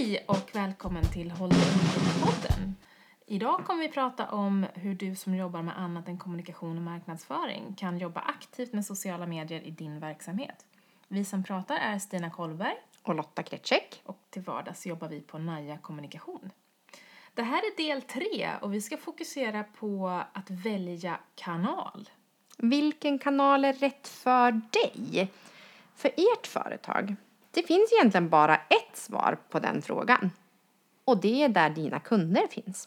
Hej och välkommen till Håll dig undan-podden. Idag kommer vi prata om hur du som jobbar med annat än kommunikation och marknadsföring kan jobba aktivt med sociala medier i din verksamhet. Vi som pratar är Stina Kollberg och Lotta Kretschek. Och till vardags jobbar vi på Naja Kommunikation. Det här är del 3 och vi ska fokusera på att välja kanal. Vilken kanal är rätt för dig? För ert företag? Det finns egentligen bara ett svar på den frågan. Och det är där dina kunder finns.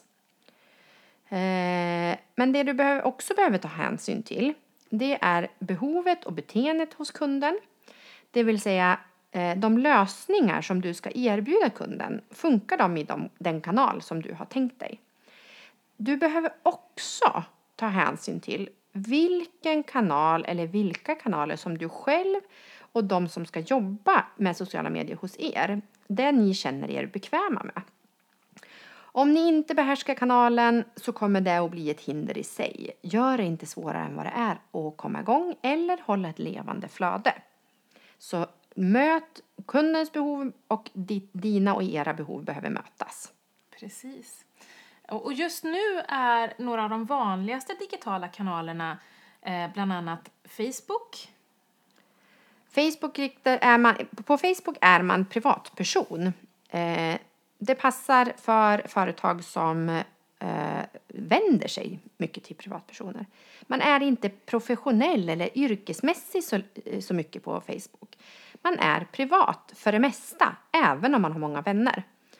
Men det du också behöver ta hänsyn till, det är behovet och beteendet hos kunden. Det vill säga de lösningar som du ska erbjuda kunden, funkar de i den kanal som du har tänkt dig? Du behöver också ta hänsyn till vilken kanal eller vilka kanaler som du själv och de som ska jobba med sociala medier hos er, det ni känner er bekväma med. Om ni inte behärskar kanalen så kommer det att bli ett hinder i sig. Gör det inte svårare än vad det är att komma igång eller hålla ett levande flöde. Så möt kundens behov och dina och era behov behöver mötas. Precis. Och just nu är några av de vanligaste digitala kanalerna bland annat Facebook. På Facebook är man privatperson. Det passar för företag som vänder sig mycket till privatpersoner. Man är inte professionell eller yrkesmässig så mycket på Facebook. Man är privat för det mesta, även om man har många vänner.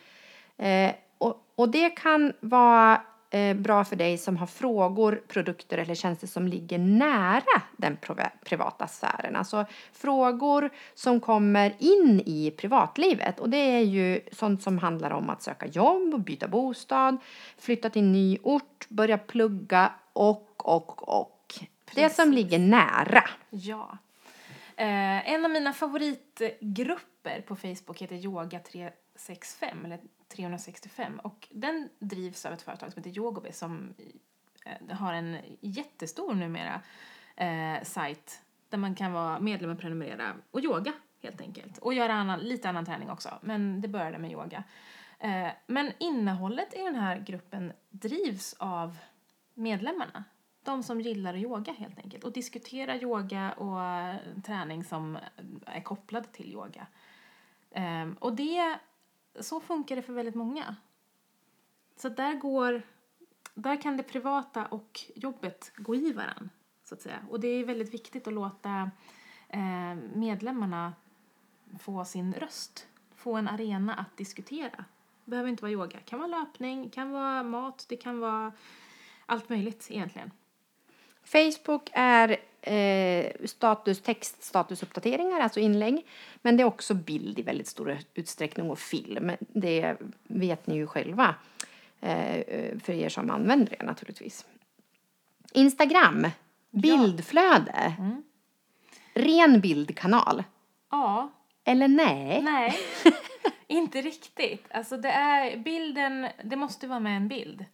Och det kan vara bra för dig som har frågor, produkter eller tjänster som ligger nära den privata sfären. Alltså frågor som kommer in i privatlivet. Och det är ju sånt som handlar om att söka jobb, byta bostad, flytta till en ny ort, börja plugga och. Det som ligger nära. Ja. En av mina favoritgrupper på Facebook heter Yoga 365 eller 365 och den drivs av ett företag som heter Yogobi som har en jättestor numera sajt där man kan vara medlem och prenumerera och yoga helt enkelt och göra lite annan träning också, men det började med yoga. Men innehållet i den här gruppen drivs av medlemmarna. De som gillar att yoga helt enkelt. Och diskutera yoga och träning som är kopplad till yoga. Och så funkar det för väldigt många. Så där kan det privata och jobbet gå i varann, så att säga. Och det är väldigt viktigt att låta medlemmarna få sin röst. Få en arena att diskutera. Det behöver inte vara yoga. Det kan vara löpning, det kan vara mat, det kan vara allt möjligt egentligen. Facebook är statusuppdateringar, alltså inlägg. Men det är också bild i väldigt stor utsträckning och film. Det vet ni ju själva för er som använder det naturligtvis. Instagram, bildflöde. Mm. Ren bildkanal. Ja. Eller nej? Nej, inte riktigt. Alltså bilden, det måste vara med en bild.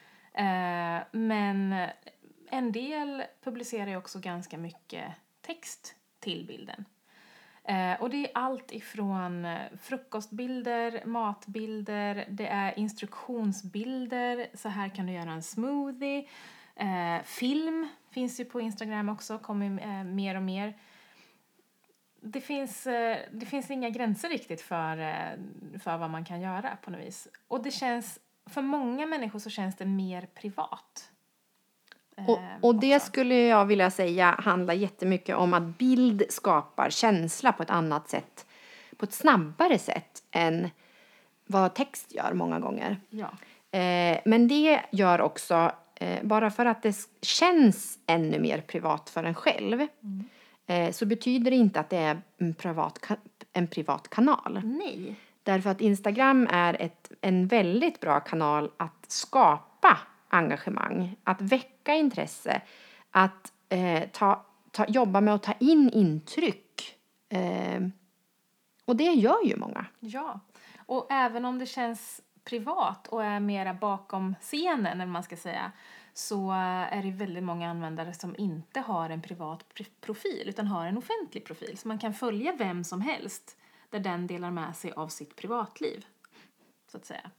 Men en del publicerar ju också ganska mycket text till bilden. Och det är allt ifrån frukostbilder, matbilder, det är instruktionsbilder. Så här kan du göra en smoothie. Film finns ju på Instagram också, kommer mer och mer. Det finns inga gränser riktigt för vad man kan göra på något vis. Och det känns, för många människor så känns det mer privat. Och det skulle jag vilja säga handlar jättemycket om att bild skapar känsla på ett annat sätt. På ett snabbare sätt än vad text gör många gånger. Ja. Men det gör också, bara för att det känns ännu mer privat för en själv. Så betyder det inte att det är en privat kanal. Nej. Därför att Instagram är en väldigt bra kanal att skapa engagemang, att väcka intresse, att jobba med att ta in intryck. Och det gör ju många. Ja, och även om det känns privat och är mera bakom scenen, eller man ska säga, så är det väldigt många användare som inte har en privat profil utan har en offentlig profil. Så man kan följa vem som helst där den delar med sig av sitt privatliv. så att säga.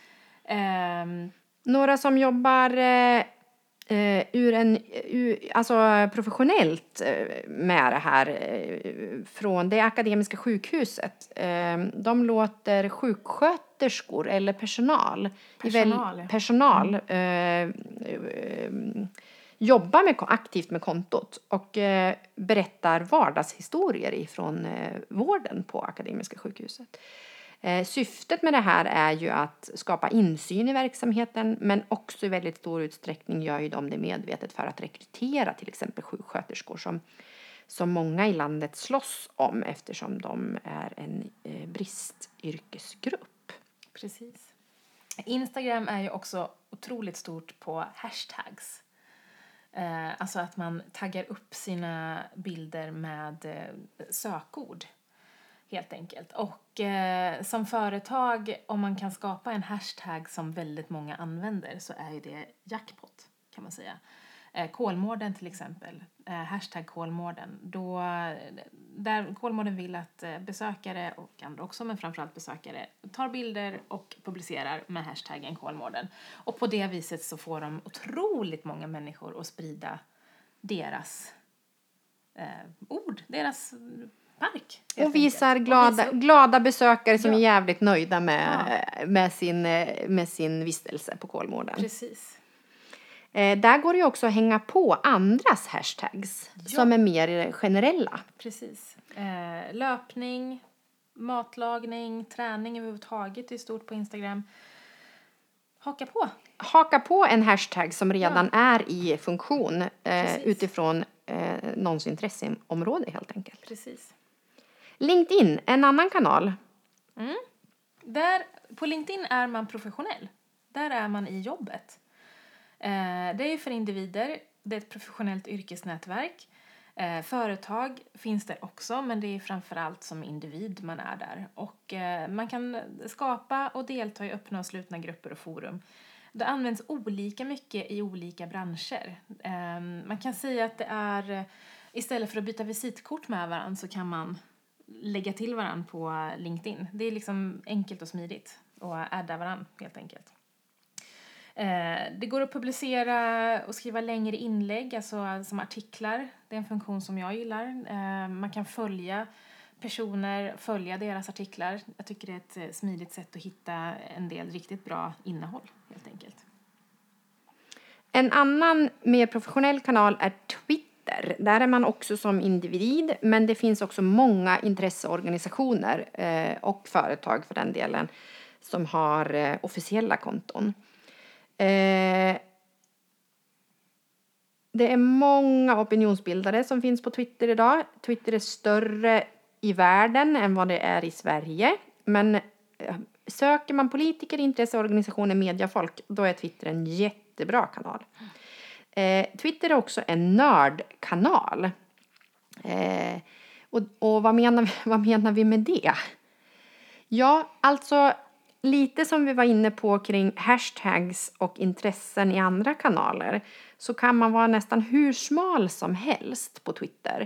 Några som jobbar alltså professionellt med det här från det akademiska sjukhuset. De låter sjuksköterskor eller personal jobba aktivt med kontot och berättar vardagshistorier ifrån vården på akademiska sjukhuset. Syftet med det här är ju att skapa insyn i verksamheten, men också i väldigt stor utsträckning gör ju de det medvetet för att rekrytera till exempel sjuksköterskor som många i landet slåss om eftersom de är en bristyrkesgrupp. Precis. Instagram är ju också otroligt stort på hashtags. Alltså att man taggar upp sina bilder med sökord. Helt enkelt. Och som företag, om man kan skapa en hashtag som väldigt många använder så är ju det jackpot, kan man säga. Kolmården till exempel, hashtag Kolmården. Där Kolmården vill att besökare och andra också, men framförallt besökare, tar bilder och publicerar med hashtaggen Kolmården. Och på det viset så får de otroligt många människor att sprida deras ord, deras park. Och visar glada besökare som är jävligt nöjda med sin vistelse på Kolmården. Precis. Där går det ju också att hänga på andras hashtags som är mer generella. Precis. Löpning, matlagning, träning överhuvudtaget är stort på Instagram. Haka på en hashtag som redan är i funktion utifrån någons intresseområde helt enkelt. Precis. LinkedIn, en annan kanal. På LinkedIn är man professionell. Där är man i jobbet. Det är för individer. Det är ett professionellt yrkesnätverk. Företag finns där också, men det är framförallt som individ man är där. Och man kan skapa och delta i öppna och slutna grupper och forum. Det används olika mycket i olika branscher. Man kan säga att det är, istället för att byta visitkort med varandra så kan man lägga till varandra på LinkedIn. Det är liksom enkelt och smidigt och adda varandra helt enkelt. Det går att publicera och skriva längre inlägg, alltså som artiklar. Det är en funktion som jag gillar. Man kan följa personer, följa deras artiklar. Jag tycker det är ett smidigt sätt att hitta en del riktigt bra innehåll helt enkelt. En annan mer professionell kanal är Twitter. Där är man också som individ, men det finns också många intresseorganisationer och företag för den delen som har officiella konton. Det är många opinionsbildare som finns på Twitter idag. Twitter är större i världen än vad det är i Sverige. Men söker man politiker, intresseorganisationer, mediafolk, då är Twitter en jättebra kanal. Twitter är också en nördkanal. Och vad menar vi med det? Ja, alltså lite som vi var inne på kring hashtags och intressen i andra kanaler så kan man vara nästan hur smal som helst på Twitter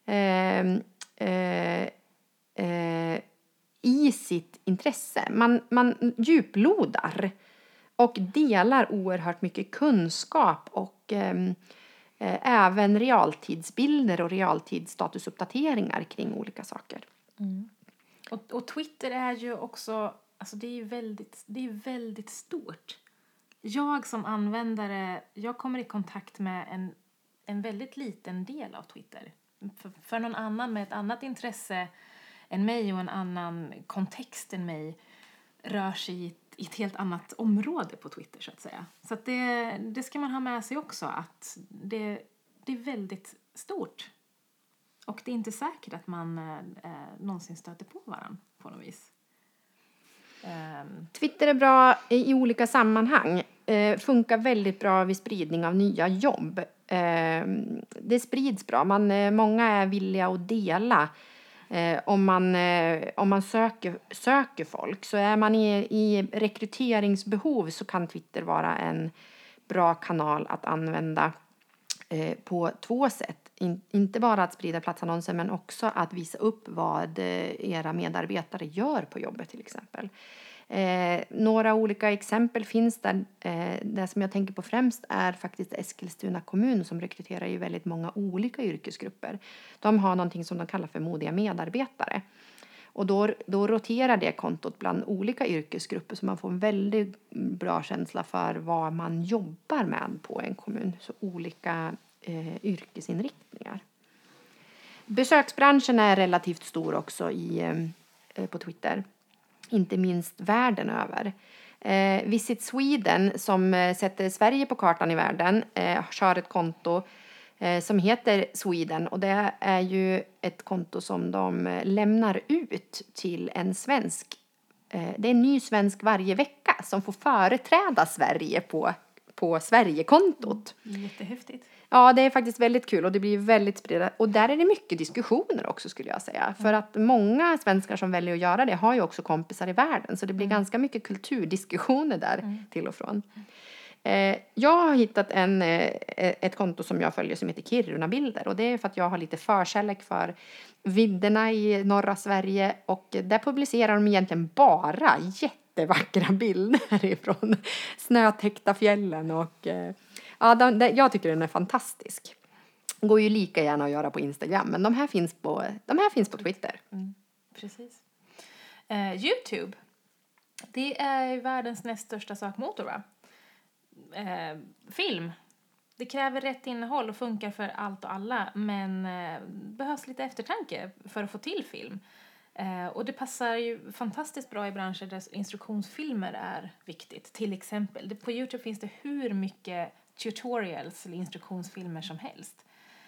i sitt intresse. Man djuplodar och delar oerhört mycket kunskap och även realtidsbilder och realtidsstatusuppdateringar kring olika saker. Mm. Och Twitter är ju också, alltså det är väldigt stort. Jag som användare, jag kommer i kontakt med en väldigt liten del av Twitter. För någon annan med ett annat intresse än mig och en annan kontext än mig rör sig i ett helt annat område på Twitter så att säga. Så att det ska man ha med sig också, att det är väldigt stort. Och det är inte säkert att man någonsin stöter på varandra på något vis. Twitter är bra i olika sammanhang. Funkar väldigt bra vid spridning av nya jobb. Det sprids bra. Många är villiga att dela. Om man söker folk. Så är man i rekryteringsbehov så kan Twitter vara en bra kanal att använda på 2 sätt. Inte bara att sprida platsannonser men också att visa upp vad era medarbetare gör på jobbet till exempel. Några olika exempel finns där. Det som jag tänker på främst är faktiskt Eskilstuna kommun som rekryterar ju väldigt många olika yrkesgrupper. De har någonting som de kallar för modiga medarbetare. Och då roterar det kontot bland olika yrkesgrupper så man får en väldigt bra känsla för vad man jobbar med på en kommun. Så olika yrkesinriktningar. Besöksbranschen är relativt stor också på Twitter. Inte minst världen över. Visit Sweden som sätter Sverige på kartan i världen kör ett konto som heter Sweden. Och det är ju ett konto som de lämnar ut till en svensk. Det är en ny svensk varje vecka som får företräda Sverige på Sverigekontot. Jättehäftigt. Ja, det är faktiskt väldigt kul och det blir väldigt spridat. Och där är det mycket diskussioner också skulle jag säga. För att många svenskar som väljer att göra det har ju också kompisar i världen. Så det blir ganska mycket kulturdiskussioner där till och från. Jag har hittat ett konto som jag följer som heter Kiruna-bilder. Och det är för att jag har lite förkärlek för vidderna i norra Sverige. Och där publicerar de egentligen bara jättevackra bilder ifrån snötäckta fjällen och... Ja, jag tycker den är fantastisk. Går ju lika gärna att göra på Instagram. Men de här finns på Twitter. Precis. YouTube. Det är världens näst största sökmotor, va? Film. Det kräver rätt innehåll och funkar för allt och alla. Men behövs lite eftertanke för att få till film. Och det passar ju fantastiskt bra i branscher där instruktionsfilmer är viktigt. Till exempel. På YouTube finns det hur mycket tutorials eller instruktionsfilmer som helst.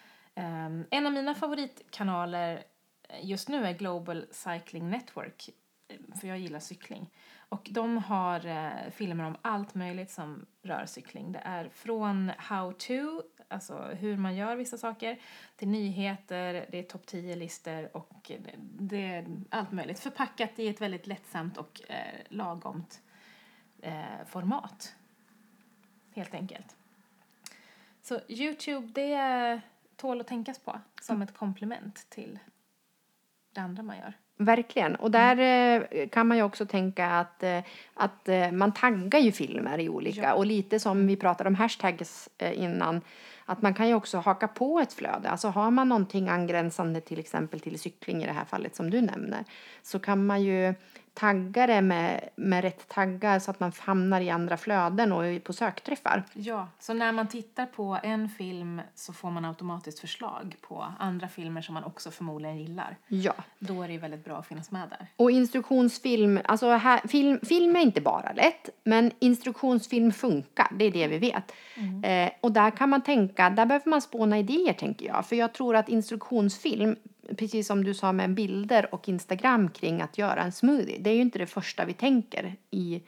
En av mina favoritkanaler just nu är Global Cycling Network. För jag gillar cykling. Och de har filmer om allt möjligt som rör cykling. Det är från how to, alltså hur man gör vissa saker, till nyheter, det är topp 10-listor och det är allt möjligt. Förpackat i ett väldigt lättsamt och lagomt format. Helt enkelt. Så YouTube, det tål att tänkas på som ett komplement till det andra man gör. Verkligen. Och där kan man ju också tänka att man taggar ju filmer i olika. Ja. Och lite som vi pratade om hashtags innan. Att man kan ju också haka på ett flöde. Alltså har man någonting angränsande till exempel till cykling i det här fallet som du nämner. Så kan man ju tagga det med rätt taggar så att man hamnar i andra flöden och på sökträffar. Ja, så när man tittar på en film så får man automatiskt förslag på andra filmer som man också förmodligen gillar. Ja. Då är det ju väldigt bra att finnas med där. Och instruktionsfilm, alltså här, film är inte bara lätt, men instruktionsfilm funkar, det är det vi vet. Och där kan man tänka, där behöver man spåna idéer tänker jag. För jag tror att instruktionsfilm, precis som du sa med bilder och Instagram kring att göra en smoothie. Det är ju inte det första vi tänker i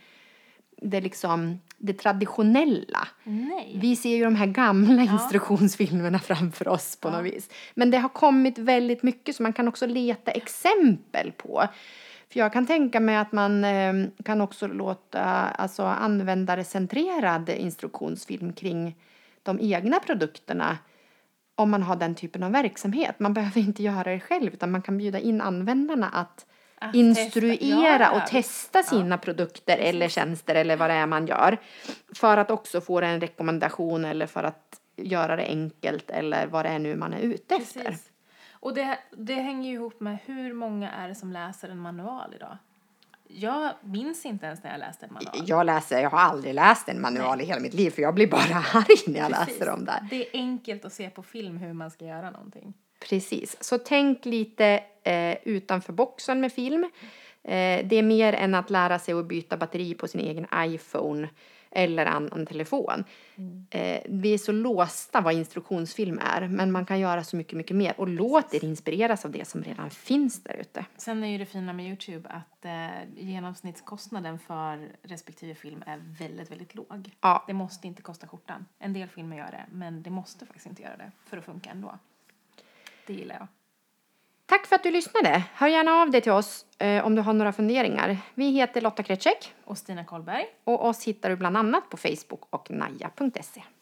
det traditionella. Nej. Vi ser ju de här gamla instruktionsfilmerna framför oss på något vis. Men det har kommit väldigt mycket så man kan också leta exempel på. För jag kan tänka mig att man kan också låta användarcentrerad instruktionsfilm kring de egna produkterna. Om man har den typen av verksamhet. Man behöver inte göra det själv. Utan man kan bjuda in användarna att instruera och testa sina produkter eller tjänster. Eller vad det är man gör. För att också få en rekommendation. Eller för att göra det enkelt. Eller vad det är nu man är ute efter. Och det hänger ju ihop med hur många är det som läser en manual idag. Jag minns inte ens när jag läste en manual. Jag har aldrig läst en manual i hela mitt liv. För jag blir bara arg när jag läser dem där. Det är enkelt att se på film hur man ska göra någonting. Precis. Så tänk lite utanför boxen med film. Det är mer än att lära sig att byta batteri på sin egen iPhone. Eller annan telefon. Vi är så låsta vad instruktionsfilm är. Men man kan göra så mycket, mycket mer. Och låt er inspireras av det som redan finns där ute. Sen är ju det fina med YouTube att genomsnittskostnaden för respektive film är väldigt, väldigt låg. Ja. Det måste inte kosta skjortan. En del filmer gör det. Men det måste faktiskt inte göra det för att funka ändå. Det gillar jag. Tack för att du lyssnade. Hör gärna av dig till oss om du har några funderingar. Vi heter Lotta Kretschek. Och Stina Kollberg. Och oss hittar du bland annat på Facebook och naja.se.